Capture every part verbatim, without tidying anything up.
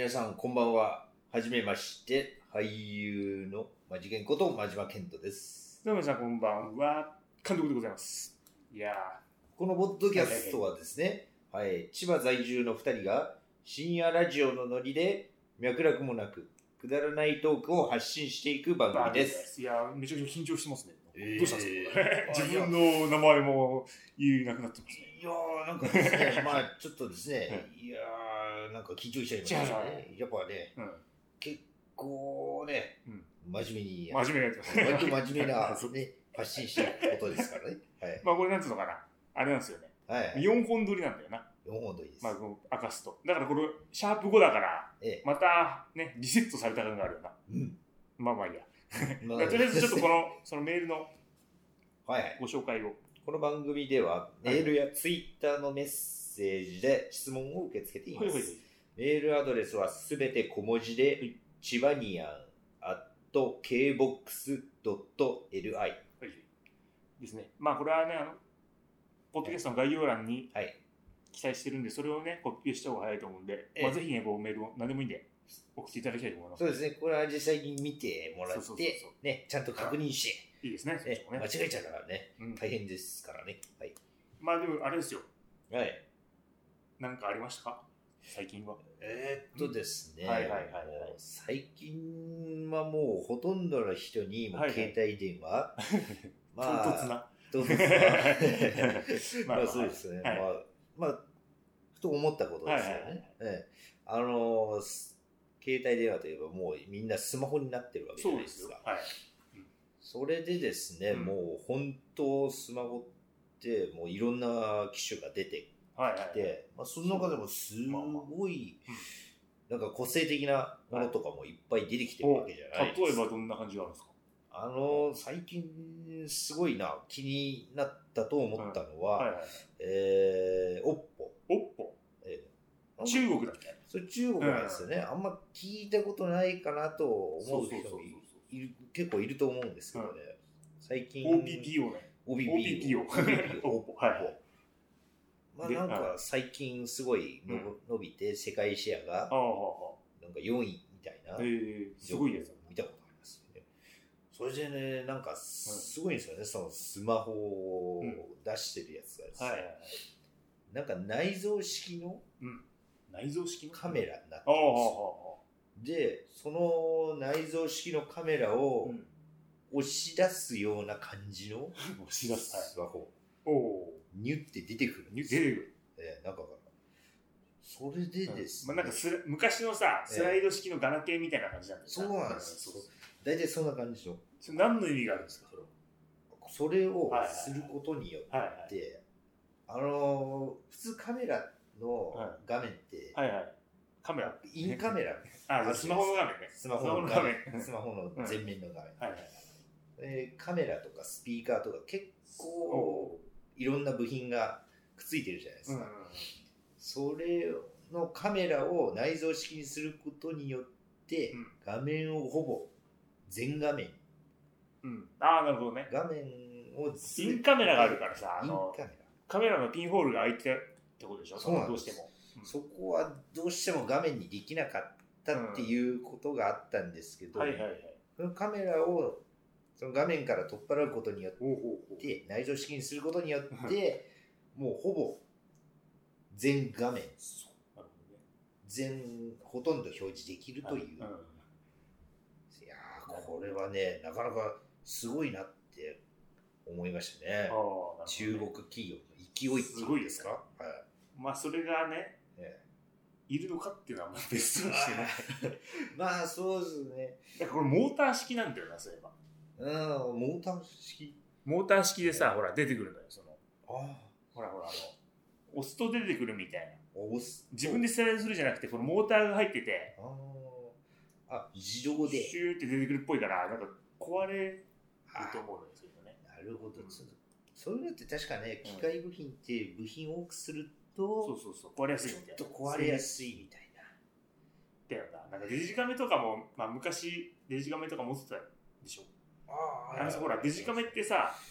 皆さんこんばんは。はじめまして、俳優のマジケンこと真島健人です。 どうも皆さんこんばんは、監督でございます。いやこのポッドキャストはですね、はいはいはい、千葉在住のふたりが深夜ラジオのノリで脈絡もなくくだらないトークを発信していく番組です。 いやめちゃくちゃ緊張してますね。 えー、 どうしたんですか自分の名前も言えなくなってますね。 いやーなんかですね、まあちょっとですね、いやーなんか緊張しちゃいましたね。やっぱね、うん、結構ね、うん、真面目に真面目なやつ割と真面目な、ね、発信してることですからね。はい、 まあこれなんつうのかな、あれなんですよね。はい、よんほん撮りなんだよな。 よんほん撮りです。 まあ明かすと。だからこれシャープごだから、ええ、またねリセットされた感があるよな。うん、まあまあいいや。まあ、とりあえずちょっとこのそのメールのご紹介を、はいはい、 この番組ではメールやツイッターのメッセージで質問を受け付けています。はいはいはい、メールアドレスはすべて小文字で、はい、チバニアン アット ケーボックス ドット エルアイですね。まあこれはね、あのポッドキャストの概要欄に記載してるんで、それをねコピーした方が早いと思うんで、ええ、まあ、ぜひねこうメールを何でもいいんで送っていただきたいと思います。 そうですね。これは実際に見てもらってね、ちゃんと確認して、 いいですね。 ね、間違えちゃうからね、うん、大変ですからね。はい。 まあでもあれですよ。 はい。 なんかありましたか最近は。 えー、っとですね、 はいはいはいはい、 最近はもうほとんどの人にも携帯電話、はいはい、 まあ唐突な唐突なまあそうですね、はい、まあまあふと思ったことですよね。はいはいはい、ええ、あの携帯電話といえばもうみんなスマホになってるわけじゃないですか。 はい、 うん、それでですね、うん、もう本当スマホってもういろんな機種が出てきて、はいはいはい、まあ、その中でもすごい、まあまあ、なんか個性的なものとかもいっぱい出てきてるわけじゃないですか。 例えばどんな感じがあるんですか？ あの最近すごいな気になったと思ったのは、はいはいはい、えー、オッポ。 オッポ、えー、中国だっけ？ それ中国なんですよね、うん、あんま聞いたことないかなと思う人も結構いると思うんですけどね、うん、最近オーピーピーオー ねオーピーピーオー オーピーピーオー オッポはいまあなんか最近すごいの、うん、伸びて世界シェアがなんかよんいみたいな、 えー、すごいやつ見たことありますよね。それでねなんかすごいんですよね、うん、そのスマホを出してるやつがですね、うんはいはいはい、なんか内蔵式の、 うん内蔵式のカメラになってるんですよ。で、その内蔵式のカメラを押し出すような感じの押し出すスマホ。ニュって出てくるんですよ。 出てくる。 えー、中から。それでですね。うんまあ、なんかス昔のさ、スライド式のガラケーみたいな感じなんですよ、ね。そうなんです。大体そんな感じの。 それ何の意味があるんですか、それは。 それをすることによって、はいはいはい、あのー、普通カメラの画面って、 はいはいはい、カメラインカメラあスマホの画面ねスマホの画面スマホの前面の画面、うんはいはいはいえー、カメラとかスピーカーとか結構いろんな部品がくっついてるじゃないですか、うんうん、それのカメラを内蔵式にすることによって、うん、画面をほぼ全画面、 うん、ああなるほどね画面をインカメラがあるからさあのインカメラカメラのピンホールが開いてってことでしょ。 そうなんです。どうしても、うん、そこはどうしても画面にできなかったっていうことがあったんですけど、うんはいはいはい、そのカメラをその画面から取っ払うことによって内蔵式にすることによってもうほぼ全画面そうなるほど、ね、全ほとんど表示できるという、うん、いやこれはねなかなかすごいなって思いましたね。ね中国企業の勢いっていうんですか。はいまあそれがね、ええ、いるのかっていうのは別としてねまあそうですね。 だからこれモーター式なんだよなそういえば。 うんモーター式モーター式でさ、ええ、ほら出てくるのよそのあほらほらあの押すと出てくるみたいな押す自分でスライドするじゃなくてこのモーターが入っててああ自動でシューって出てくるっぽいからなんか壊れると思うのよそういうのね。 なるほど、うん、そういうのって確かね機械部品って部品を多くすると、 うん、そうそうそう壊れやすいみたいなちょっと壊れやすいみたいなだよな。なんかデジカメとかも、まあ、昔デジカメとか持ってたでしょ。ああほらデジカメってさ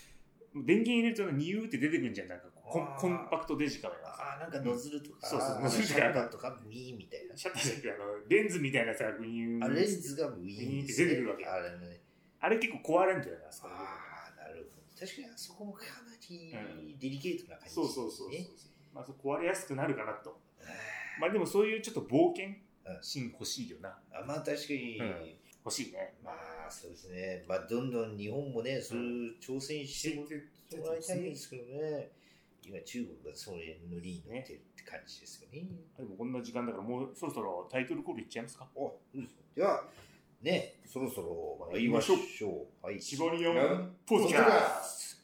電源入れるとニューって出てくるんじゃん。なんかコン、コンパクトデジカメがさ。ああ、なんかノズルとか。 そうそう、ノズルとか。シャッターとかウィーンみたいな。 シャッターじゃなくて、あの、レンズみたいなさ、グニュー。 あ、レンズがウィーンって出てくるわけ。あれね。あれ結構壊れるんだよね、あそこ。 ああ、なるほど。確かにあそこもかなりデリケートな感じ、 そうそうそうそう。まあ、壊れやすくなるかなと。まあでもそういうちょっと冒険シーン欲しいよな。 あ、まあ確かに。 欲しいね。 まあそうですね。まあどんどん日本もね、そういう挑戦してもらいたいんですけどね。今中国がそれ乗りに乗ってるって感じですよね。 でもこんな時間だからもうそろそろタイトルコールいっちゃいますか。 お、ではね、そろそろ参りましょう。はい。 シボリオンポッドキャスト。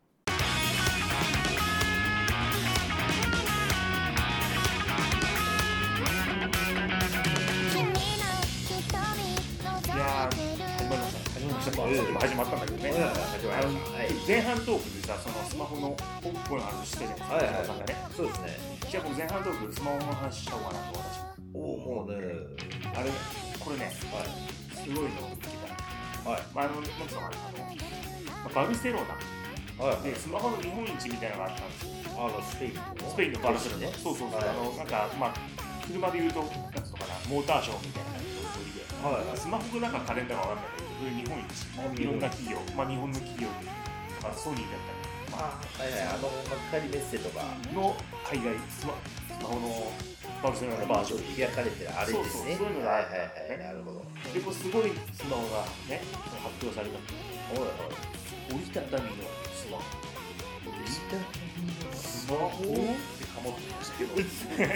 始まったんだけどね、前半トークでさ、そのスマホのポップの話してるじゃないですか、さんがね。 そうですね。 じゃあ僕前半トークでスマホの話しちゃおうかなと私も。おお、もうね、 あれ、これね、すごいのを見つけた。はい。まあ、あの、なんつうのかな、あの、バルセロナでスマホの日本一みたいなのがあったんですよ。 あの、スペインのスペインのバルセロナ。そうそうそう。あの、なんか、まあ、車で言うと、なんつうのかな、モーターショーみたいな感じの通りで、スマホの中カレンダーがわかんないけど、日本一、いろんな企業、まあ、日本の企業とかソニーだったり、 まあ、はいはい、あの幕張メッセとかの海外スマスマホのバルセロナのバージョン開かれてるあれですね。 そういうのが、 はいはいはい、なるほど。 でこれすごいスマホがね発表されたんで、 おいおい、 折りたたみのスマホ、 折りたたみのスマホってかもってましたけど、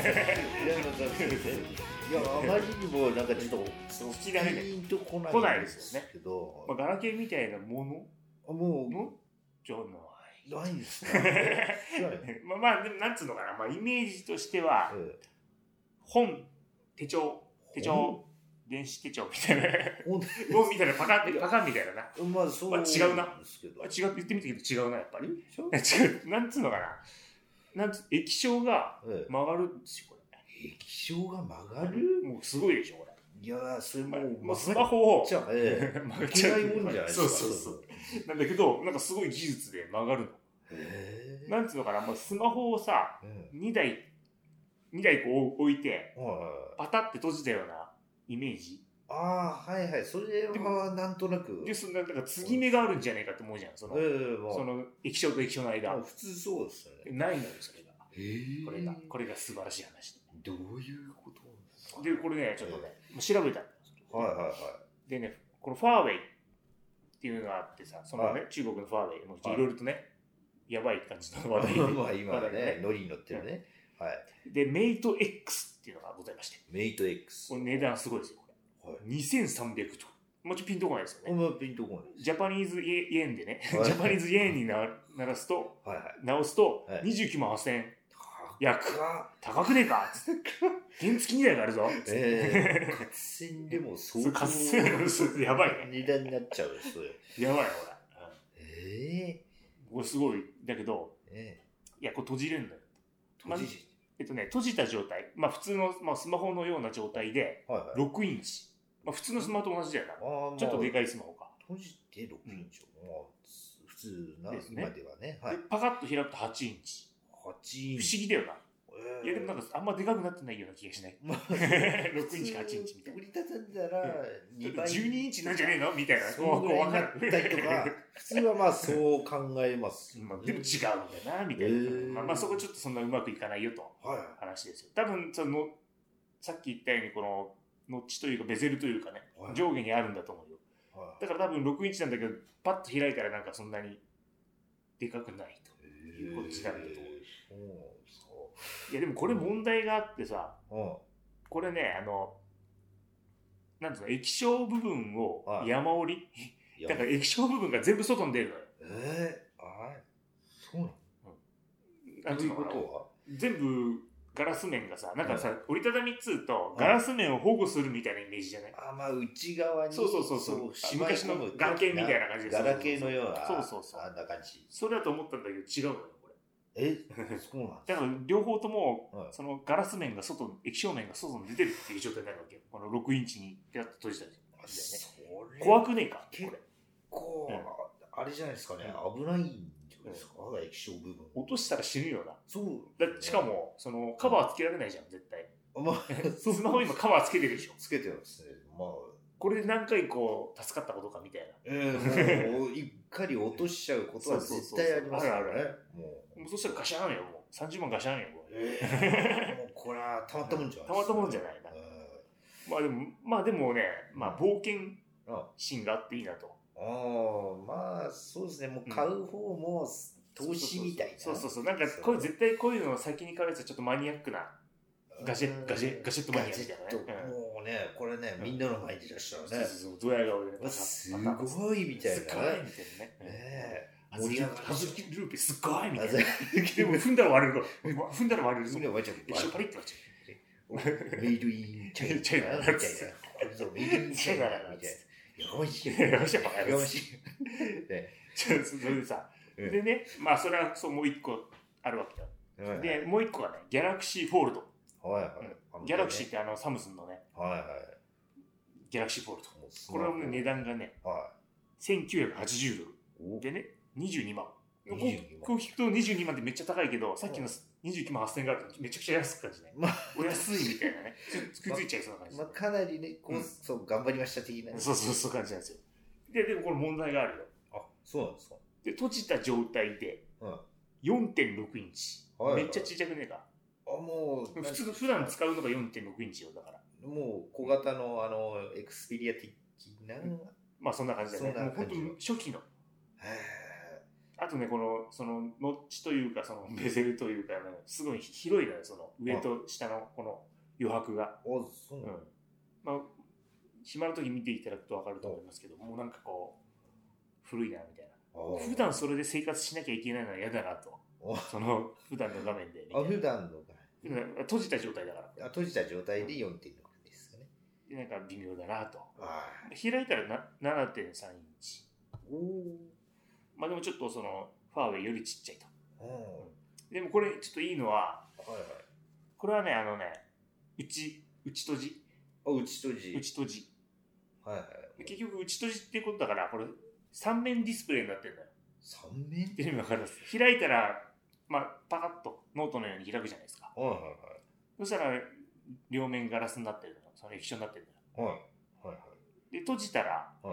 いや、あまりにもなんかちょっと好きだね。 ピンとこない来ないですよね。 けど、 まあ、ガラケーみたいなものもうのじゃない。 ないですね。 まあまあ、でもなんつうのかな、まあ、イメージとしては、うん、本、手帳、手帳、電子手帳みたいな、本みたいな、パカン、パカンみたいなな。 まあ、そうですけど。まあ、違うな。違うって言ってみたけど違うな、やっぱり。違う。なんつうのかな。なんつ液晶が曲がるんですよ、これ。 液晶が曲がる？ もうすごいでしょ、これ。 いやー、それもう、 もうスマホをじゃあ、ええ、曲げちゃいもんじゃないですか。 そうそうそう。なんだけど、なんかすごい技術で曲がるの。へー。なんつうのかな、まあ、スマホをさ、うん、にだい、にだいこう置いて、パタって閉じたようなイメージ。 ああ、はいはい。それはなんとなく。 で、そんな、なんか継ぎ目があるんじゃないかと思うじゃん。その、えー、その液晶と液晶の間。 普通そうですよね。 ないのよ、それが。 へー。 これが、これが素晴らしい話。 どういうことですか？ で、これね、ちょっとね、えー、調べたんですよ。 はいはいはい。 でね、このファーウェイっていうのがあってさ、そのね、はい、中国のファーウェイもいろいろとね、やばい感じの話題で。 まあ今ね、ノリに乗ってるね。はい。 で、メイト X っていうのがございまして。 メイト X。 これ値段すごいですよ、これ。はい、にせんさんびゃくとか。もうちょっとピンとこないですよね。 もうピンとこない。 ジャパニーズイエンでね、ジャパニーズイエンにならすと、はいはい、直すと、にじゅうきゅうまんはっせんえん。約。高くねえか原付にだいがあるぞ。 ええー。合戦でも相当。 合戦やばいね。 値段になっちゃうよ、それ。 やばいよ、これ。ええー。これすごい。だけど、えー、いや、これ閉じれるんだよ。閉じ、ま、えっとね、閉じた状態。まあ普通の、まあ、スマホのような状態で、ろくインチ。まあ普通のスマホと同じだよな。あちょっとでかいスマホか。 閉じてろくインチ。うん、まあ普通な、 ですね、 今ではね。はい、 でパカッと開くとはちインチ。 はちインチ。 不思議だよな。いやでもなんかあんまでかくなってないような気がしない。まあ、ろくインチかはちインチみたいな。 折りたたんだらにばい。 じゅうにインチなんじゃねえのみたいな。 そうこう分かったりとか、普通はまあそう考えます。 まあ、でも違うんだよな、みたいな。まあ、まあそこちょっとそんなうまくいかないよと話ですよ。多分その、さっき言ったようにこのノッチというかベゼルというかね、上下にあるんだと思うよ。だから多分ろくインチなんだけど、パッと開いたらなんかそんなにでかくないということになるんだと思う。いやでもこれ問題があってさ、うん、これね、あの、なんていうの、液晶部分を山折り、だから液晶部分が全部外に出るのよ。 えー、あれそうなの？ うん。 ということは全部ガラス面がさ、なんかさ、うん、折りたたみっつうと、ガラス面を保護するみたいなイメージじゃない？ あ、まあ内側に。 そうそうそうそう。昔の眼鏡みたいな感じで。 ガラケーのような。 そうそうそう。 あんな感じ。 それだと思ったんだけど違うのよ。 えそうなんだから両方とも、はい、そのガラス面が外、液晶面が外に出てるっていう状態になるわけよ。このろくインチにピャッと閉じたりしてね。怖くねえかこれ。 結構、うん、あれじゃないですかね、危ないんじゃそうですか、うん、液晶部分落としたら死ぬよな。 そう、ね、 だしかもそのカバーつけられないじゃん絶対。 まあ、 スマホ今カバーつけてるでしょ。 つけてますね。まあこれで何回こう助かったことかみたいな。 ええー、もういっかり落としちゃうことは絶対ありますからね。 もうそしたらガシャンよ、もうさんじゅうまんガシャンよ。 えー、もうこれはたまったもんじゃない。 たまったもんじゃないな。まあでもまあでもね、まあ冒険心があっていいなと。 ああ、まあそうですね。もう買う方も投資みたいな。 そうそうそう。なんかこれ絶対こういうのを先に買うやつはちょっとマニアックな。ガジェガジェガジェットマニアみたいなね。 もうね、これね、みんなの前に出したらね。 そうそうそう、ドヤ顔で。 すごいみたいな。 すごいみたいなね。 ね盛り上がる。ハズキルーペすごいみたいな。でも踏んだら割れるから。踏んだら割れるぞ。 踏んだら割れちゃう。 一緒パリッと割れちゃう。メイドインチャイナみたいな。メイドインチャイナみたいな。よし。 よし、バカよし。 それでさ、でね、まあそれはそうもう一個あるわけだ。で、もう一個がね、ギャラクシーフォールド。 はいはい、 うん、ギャラクシーってあのサムスンのね、 はいはい、 ギャラクシーフォールド。これは、ね、値段がね、 はい、 せんきゅうひゃくはちじゅうドルでね、にじゅうにまん。こう聞くとにじゅうにまんってめっちゃ高いけど、さっきのにじゅうきゅうまんはっせんえんがあるとめちゃくちゃ安く感じね。まあ、お安いみたいなね。食いついちゃいそうな感じ。 まあ、かなりね、こう、うん、そう頑張りました的な、ね。 そうそうそう感じなんですよ。で、でもこれ問題があるよ。 あ、そうなんですか。 で、閉じた状態で よんてんろくインチ。はいはい、めっちゃちっちゃくねえか。 あ、もう普通普段使うのが よんてんろくインチよだからもう小型のあのエクスペリア的な、うん、 まあそんな感じだね。もう本当に初期のあとねこのそのノッチというかそのベゼルというか、ね、すごい広いのよその上と下のこの余白が。 あ、そう、うん、 まあ暇の時見ていただくと分かると思いますけど、もうなんかこう古いなみたいな。普段それで生活しなきゃいけないのは嫌だなと。その普段の画面で。 あ、普段の画面。閉じた状態だから。 あ、閉じた状態で よんてんろく ですかね。 でなんか微妙だなと。開いたら ななてんさんインチ。おまあでもちょっとそのファーウェイよりちっちゃいと。うん、でもこれちょっといいのは、はいはい、これはねあのね内内閉じ。 あ、内閉じ。 内閉じ。 はいはい。 結局内閉じっていうことだからこれさん面ディスプレイになってるんだよ。 さん面っていうのが分かります。開いたら、まあ、パカッとノートのように開くじゃないですか。 はいはいはい。 そしたら、両面ガラスになってるの。その液晶になってるんだよ。はいはいはい。で、閉じたら、はい、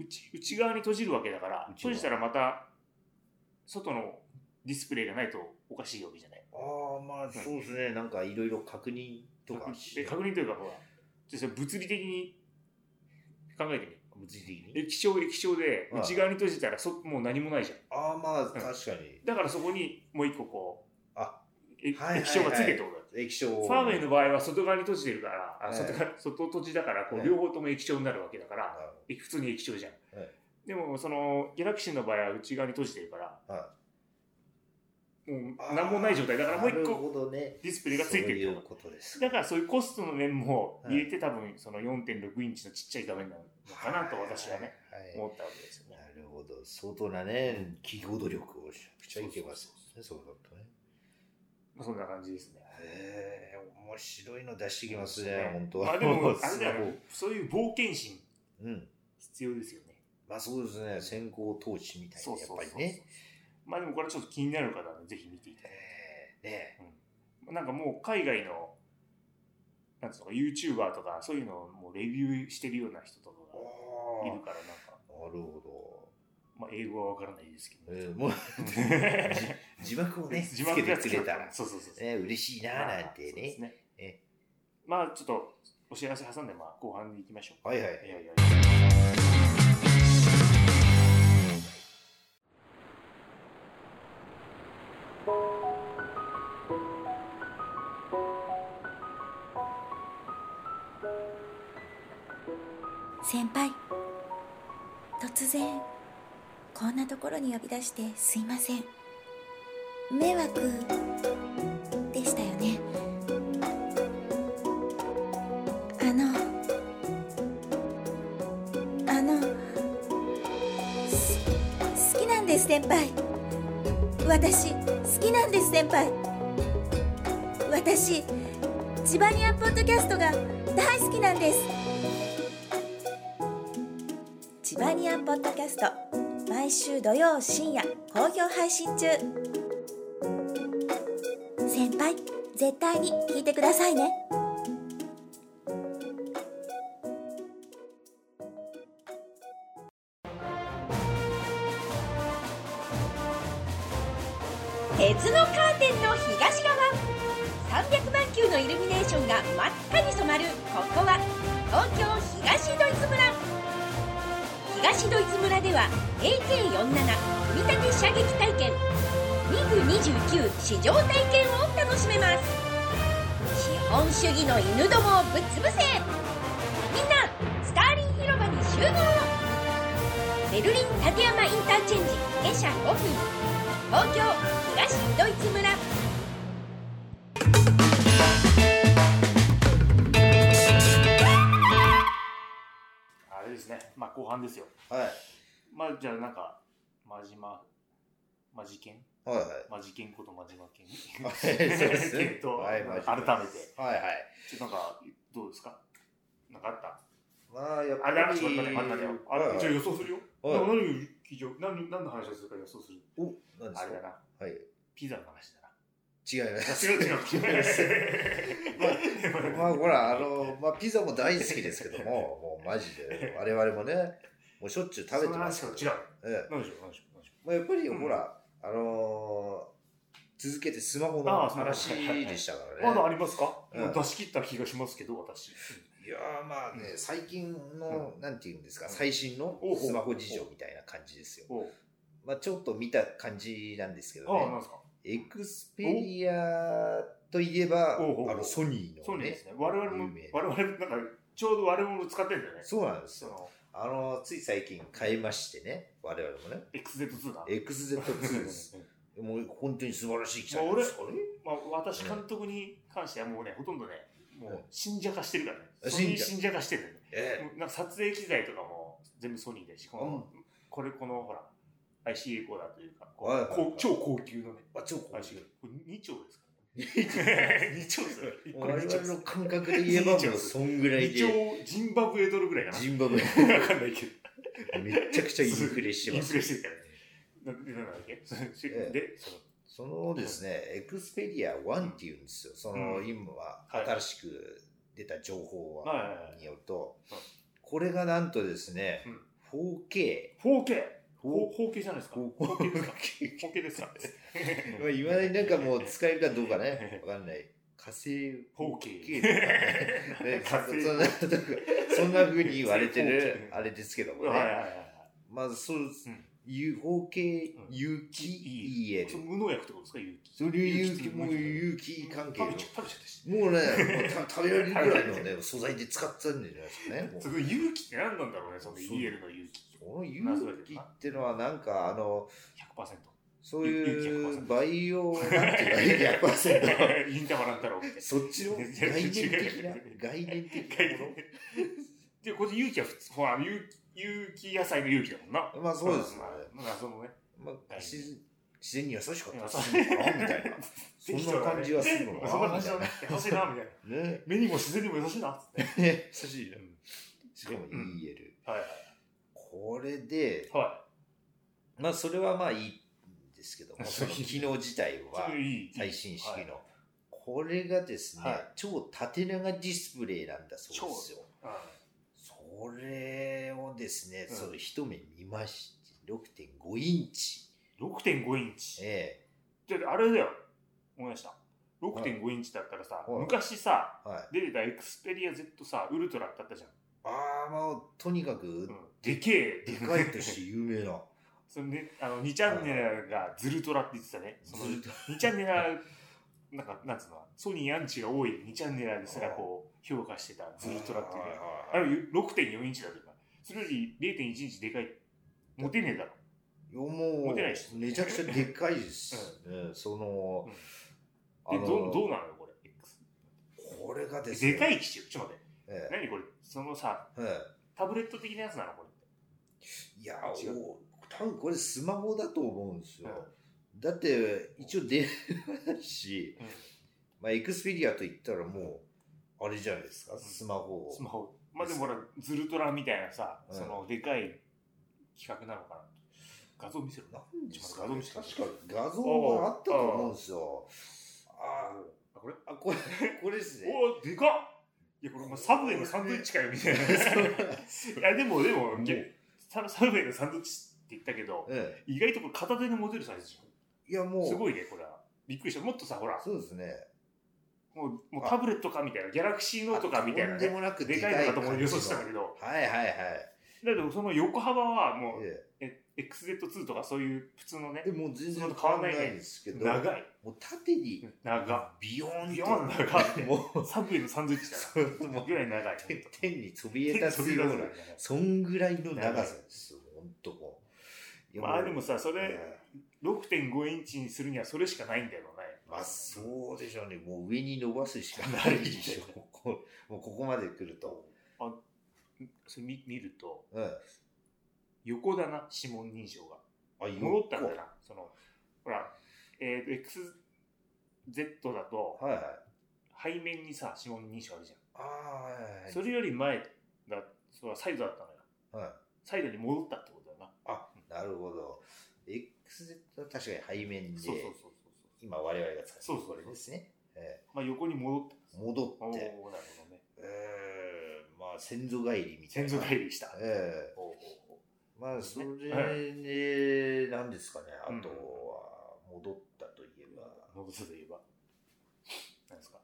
内, 内側に閉じるわけだから、閉じたらまた、外のディスプレイがないとおかしいわけじゃない。 ああ、まあそうですね。うん、なんかいろいろ確認とか。 確認というか、ほら、物理的に考えてみ。 物理的に液晶液晶で内側に閉じたらそもう何もないじゃん。 ああまあ確かに、うん、 だからそこにもう一個こうあ液晶がついてるってことだ。 液晶ファーウェイの場合は外側に閉じてるから、はい、外側外閉じだからこう両方とも液晶になるわけだから、はい、普通に液晶じゃん、はい、でもそのギャラクシーの場合は内側に閉じてるから、はい、もう何もない状態だからもう一個ディスプレイがついてるってことです。だからそういうコストの面も入れて多分その よんてんろくインチのちっちゃい画面なのかなと私はね、はいはい、思ったわけですよね。 なるほど、相当なね企業努力をしちゃいけますね。そうだとね。 まあそんな感じですね。 へえ、面白いの出してきますね、ね本当は。 まあでもあれだよ、そういう冒険心、うん、必要ですよね。 まあそうですね、先行投資みたいなやっぱりね。 まあでもこれちょっと気になる方はぜひ見ていただいて、ね、うん、なんかもう海外のなんつうのか YouTuber とかそういうのをもうレビューしてるような人とかがいるからなんか。 なるほど。 まあ英語はわからないですけど、ね、 えー、もう字幕をねつけてくれたらそうそうそうそう、 ね、嬉しいななんてね。まあ、ねえまあちょっとお知らせ挟んでまあ後半に行きましょう。 はいはい。いやいやいや先輩、突然こんなところに呼び出してすいません。迷惑でしたよね。あのあの好きなんです先輩。私好きなんです先輩。私ジバニアンポッドキャストが大好きなんです。ジバニアンポッドキャスト by 毎週土曜深夜好評配信中。先輩、絶対に聞いてくださいね。鉄のカーテンの東側、さんびゃくまん球のイルミネーションが真っ赤に染まるここは東京東ドイツ村。東ドイツ村では エーケーよんじゅうなな 組み立て射撃体験、ミグにじゅうきゅう 試乗体験を楽しめます。資本主義の犬どもをぶっ潰せ。みんなスターリン広場に集合。ベルリン立山インターチェンジ下車ごふん、東京東ドイツ村。 あれですね、まあ後半ですよ。 はい。 まあじゃあなんか真島マジケン、 はいはい。 マジケンこと真島ケン。 はい、そうですね。 と、 はい、 改めて。 はいはい。 ちょっとなんかどうですか。なんかあった。 まあやっぱり。あれ、ちょっと待って、待ってよ。あれ、じゃあ予想するよ。 はい。 何を聞いちゃう、何何の話をするか予想する。 お、何ですか。 あれだな。 はい。 ピザの話だな。 違います。 違う違う違います。 まあ、まあ、ほら、あの、まあ、ピザも大好きですけども、もうマジで、我々もね、もうしょっちゅう食べてますけど。違う。 ええ。 何でしょう、何でしょう、何でしょう。 まあ、やっぱり、ほら、あの、続けてスマホの話でしたからね。 まだありますか。出し切った気がしますけど、私。 いやー、まあね、最近の、なんていうんですか、最新のスマホ事情みたいな感じですよ。まあ、ちょっと見た感じなんですけどね。 ああ、なんですか。 エクスペリアといえば、あのソニーのね。 ソニーですね。我々も、我々なんかちょうど我々も使ってるんだよね。 そうなんですよ。あのつい最近買いましてね、我々もね。 エックスゼットツー だ。 エックスゼットツー です。もう本当に素晴らしい機械ですからね。まあ私監督に関してはもうね、ほとんどね、もう信者化してるからね。ソニー信者化してるね。ええ。なんか撮影機材とかも全部ソニーでし、このこれこのほら。アイシー エコーダーというか、超高級のね、超高級。これにちょうですからね。にちょうですよ。 我々の感覚で言えばもうそんぐらいで。 にちょう、ジンバブエドルぐらいかな。 ジンバブエドル。わかんないけど。 めちゃくちゃインフレしてます。 インフレしてるからね。なんだっけで、 そのですね、エクスペリアワンっていうんですよ。その今は新しく出た情報によると、これがなんとですね、フォーケー。 フォーケー。フォーケーじゃないですか。フォーケーですか。フォーケーですか。 いまだになんかもう使えるかどうかね、わかんない。火星フォーケーとかね。そんな、そんな風に言われてる、あれですけどもね。まず、そう、フォーケー 有機 イーエル。 無農薬ってことですか、有機。 それ有機、もう有機関係の。 食べちゃったし。 もうね、食べられるぐらいのね、素材で使ってたんじゃないですかね。 その有機って何なんだろうね、その イーエル の有機。 その有機ってのはなんかあのひゃくパーセント。 そういうバイオなんていうか ひゃくパーセントインターバランタロウ。 そっちの概念的な概念的なもの。 でこれ有機は普通ほら有有機野菜の有機だもんな。 まあそうですね。 まあそのね。 まあ自然に優しかったりするのかなみたいな。そんな感じがするのかな。 そんな感じだね。優しいなみたいな。ね。目にも自然にも優しいなっつって。 ね。優しいな。しかも イーエル。 はいはい。 これで、 はい、 まあそれはまあいいんですけども、その機能自体は最新式の。これがですね、はい、超縦長ディスプレイなんだそうですよ。はい、それをですね、うん、その一目見まして、ろくてんごインチ。 ろくてんごインチ。 ええ。じゃあ、あれだよ。思いました。ろくてんごインチだったらさ、はい、昔さ、はい、出てたエクスペリア Z さ、ウルトラってあったじゃん。 ああ、まあ、とにかく、うん、 でけえ。 でかいとして有名な。 そのね、あの、にチャンネルがズルトラって言ってたね。そのにチャンネル、なんか、なんつうの、ソニーアンチが多いにチャンネルですらこう、評価してたズルトラっていうね。あれ、ろくてんよんインチだとか。それより れいてんいちインチでかい。持てねえだろ。 もう、 持てないし。 めちゃくちゃでかいですね。その、 うん、で、どう、どうなのよ、これ。X。 これがですね。 でかい機種。ちょっと待って。ええ、何これそのさ、ええ、タブレット的なやつなのこれって。 いやー、多分これスマホだと思うんですよ。うん、だって、一応電話だし、うん、まあ、エクスペリアと言ったらもう、あれじゃないですか、スマホ。 スマホ。まあでもほら、ズルトラみたいなさ、うん、その、でかい企画なのかな。 画像見せろ。 なんですか、 画像見せろ。 確かに画像があったと思うんですよ。ああ、これあ、これ、これですね。 おー、でかっ。いや、これもうサブウェイのサンドイッチかよ、みたいな。いや、でも、でも、サブウェイのサンドイッチって言ったけど、ええ、意外とこれ片手で持てるサイズじゃん。いや、もう。すごいね、これは。びっくりした。もっとさ、ほら。 そうですね。 もう、もうタブレットかみたいな、ギャラクシーノートかみたいな、ね。 とんでもなくでかいのかとも予想したんだけど。 はいはいはい。 だけど、その横幅はもう、ええ、エックスゼットツー とかそういう普通のね。 もう全然変わらないんですけど。 長い。 もう縦に。 長。 ビヨーンと。 ビヨーン長い。もう、サブウェイのサンドイッチだな。ぐらい長い。 天に飛び立つような、そんぐらいの長さですよ。ほんとこう。まあでもさ、それ、ろくてんご インチにするにはそれしかないんだよね。 まあそうでしょうね。もう上に伸ばすしかないでしょ。もうここまで来ると。 あ、それ見見ると、 うん、 横だな、指紋認証が。あ、戻ったんだな。その、ほら、えっと、エックスゼット だと、 はいはい、 背面にさ、指紋認証あるじゃん。 ああ、はいはいはい。 それより前だ、それはサイドだったのよ。 はい。 サイドに戻ったってことだな。 あ、なるほど。エックスゼット は確かに背面で、 そうそうそうそう。 今我々が使っているこれですね。 えー、まあ横に戻って戻って。 おー、なるほどね。 えー、まあ先祖返りみたいな。 先祖返りした。 えー、おうおうおう、まあそれで、何ですかね、あとは戻ったといえば。 戻ったといえば。何ですか。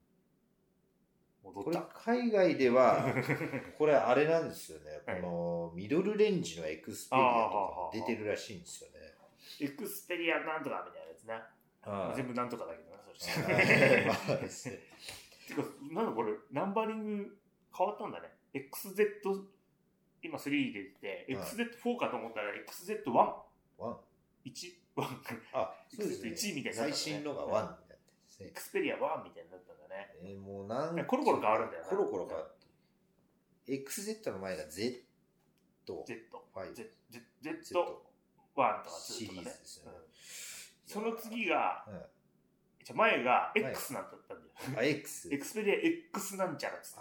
戻った。 これ海外では、これあれなんですよね。このミドルレンジのエクスペリアとかも出てるらしいんですよね。 エクスペリアなんとかみたいなやつな。ああ全部なんとかだけどな、それ。まあですね。 てか、なんだこれ、ナンバリング変わったんだね。エックスゼット、今スリーで出てて、エックスゼットフォー かと思ったら エックスゼットワン。 ワンいち、ワン。 あ、そうですね。 いちみたいな、ね。 最新のがワンになってですね。 エクスペリアワンみたいになったんだね。 えー、もうなんコロコロ変わるんだよな。 コロコロ変わって。エックスゼット の前が Z。 Z。 はい。 Z。Z。ワンとかツーとかね。その次が、前が X なんだったんだよ。 あ、X。 エクスペリア X なんちゃらっつって。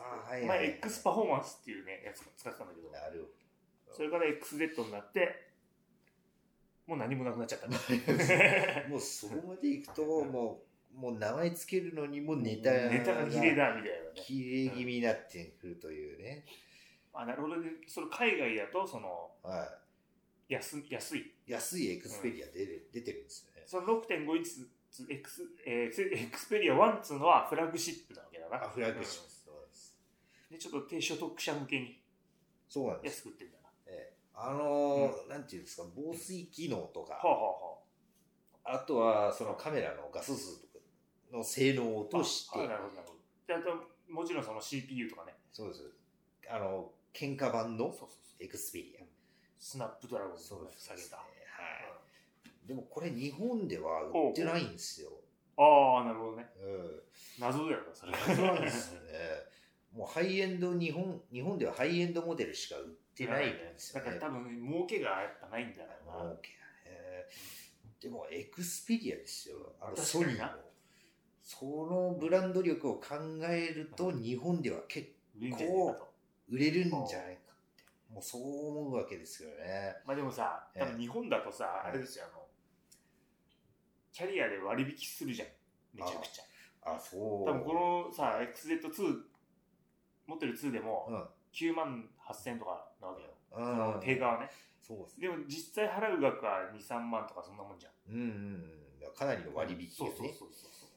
前 X パフォーマンスっていうね、やつ使ってたんだけど。 なるほど。 それから エックスゼット になって、もう何もなくなっちゃった。 もうそこまでいくと、もう、もう名前つけるのにもネタが。ネタが綺麗だみたいなね。 綺麗気味になってくるというね。 あ、なるほどね。その海外だと、その、 はい。 安安い安いエクスペリア出る、うん、出てるんですよね。 その ろくてんご インチエクス、えー、エクスペリアワンっつうのはフラッグシップなわけだな。 あ、フラッグシップ、うん、そうです。 で、ちょっと低所得者向けにそうなんです。 安く売ってんだな。 ええ、あのーうん、なんていうんですか、防水機能とか、はあはあはあ、あとはそのカメラの画素数とかの性能を落として、 あ、なるほどなるほど。で、あともちろんその シーピーユー とかね。 そうです。あの喧嘩版のエクスペリア。 スナップドラゴンを下げた、ね、 はい、でもこれ日本では売ってないんですよ。 ああ、なるほどね、 うん、 謎だよなそれ。 謎なんですよね。もうハイエンド日本日本ではハイエンドモデルしか売ってないんですよね。 だから多分儲けがやっぱないんだろうな。 儲けがね、うん、でもエクスペリアですよ、あのソニーのそのブランド力を考えると日本では結構売れるんじゃないか。もうそう思うわけですよね。 まあでもさ、多分日本だとさ、ええ、あれですよ、あの、キャリアで割引するじゃん。めちゃくちゃ。 あ、あそう。 多分このさ、エックスゼットツー、持ってるツーでも、きゅうまんはっせんとかなわけよ。うん、その定価はね。 そうですね。でも実際払う額はに、さんまんとかそんなもんじゃん。 うんうんうん。かなりの割引ですね。 そうそうそうそう。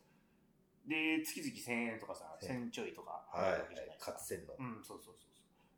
で、月々せんえんとかさ、せんちょいとか払うわけじゃないですか。はい、カツセンの。 うん、そうそうそう。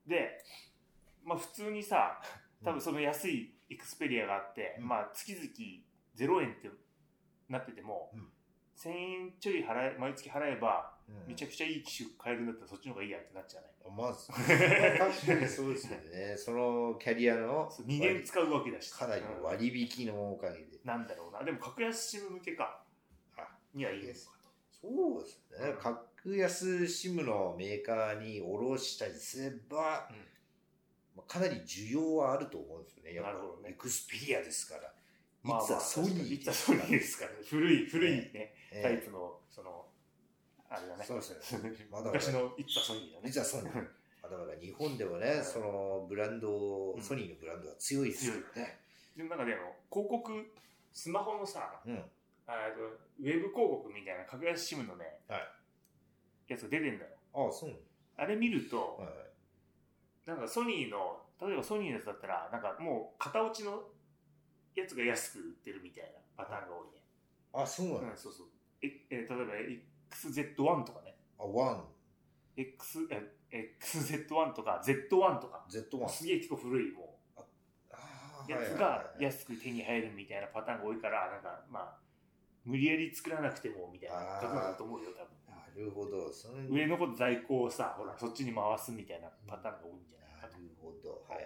で、まあ普通にさ、多分その安いエクスペリアがあって、うん、まあ月々ゼロえんってなってても、うん、せんえんちょい払え、毎月払えば、うん、めちゃくちゃいい機種買えるんだったらそっちの方がいいやってなっちゃうね。 まず、確かにそうですよね。そのキャリアのにねん使うわけだし。 かなりの割引のおかげで。 うん、なんだろうな。でも格安シム向けか。にはいいですかと。 そうですね。うん、格安シムのメーカーに卸したりすれば、うん、かなり需要はあると思うんですよね。 なるほどね。 エクスペリアですから。 まあ、 いつはソニー。 いつはソニーですからね。古い、古いね、えー、タイプの、その、あれだね。 そうですね。 まだ昔のいつはソニーだね。 いつはソニー。まだまだ日本でもね、そのブランド、ソニーのブランドは強いですよね。 でもなんかね、あの広告、スマホのさ、 うん、 あウェブ広告みたいな格安シムのね、 はい、 やつが出てんだよ。 ああ、そうなの。 あれ見ると、 はい、 なんかソニーの、例えばソニーのやつだったら、なんかもう型落ちのやつが安く売ってるみたいなパターンが多いね。 あ、そうなの、 うん、そうそう。え、え、例えば エックスゼットワン とかね。 あ、ワン。 X、え、エックスゼットワン とか ゼットワン とか。 ゼットワン。 すげえ結構古いもう。 あやつが安く手に入るみたいなパターンが多いから、なんかまあ、無理やり作らなくてもみたいなことだと思うよ、多分。 なるほど。 その上のこと在庫をさ、ほら、そっちに回すみたいなパターンが多いんじゃないかと。 なるほど。はいはい。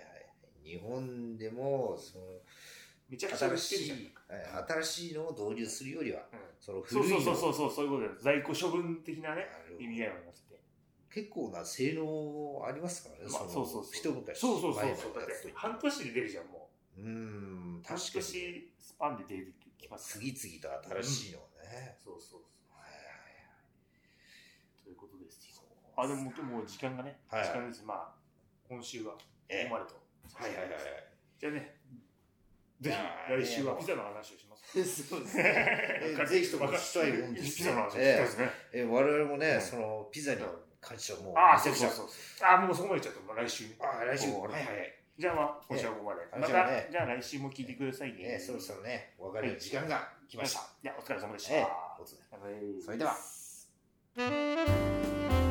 日本でも、その、 めちゃくちゃ新しい、新しいのを導入するよりは、うん、その古いの。そうそうそうそう、そういうことで、在庫処分的なね、意味合いを持ってて。 結構な性能ありますからね、 まあ、そうそうそう。 一昔そうそうそうそう。だって半年で出るじゃん、もう。うん、 確かに。半年スパンで出てきます。 次々と新しいのね。 そうそうそう。ということですよ。あ、でも、もう時間がね、時間です。まあ、今週はここまでと。 はいはいはい。 じゃあね、ぜひ来週はピザの話をします。 そうですね。ぜひともしたいもんですね。 ピザの話をしたいですね。 我々もね、そのピザに関してはもう、 ああ、そうそうそう。ああ、もうそこまでいっちゃった。来週。 ああ、来週。はいはい。 じゃあまあ、今週はここまで。また、じゃあ来週も聞いてくださいね。 そろそろね、お別れの時間が来ました。 いや、お疲れ様でした。 それでは。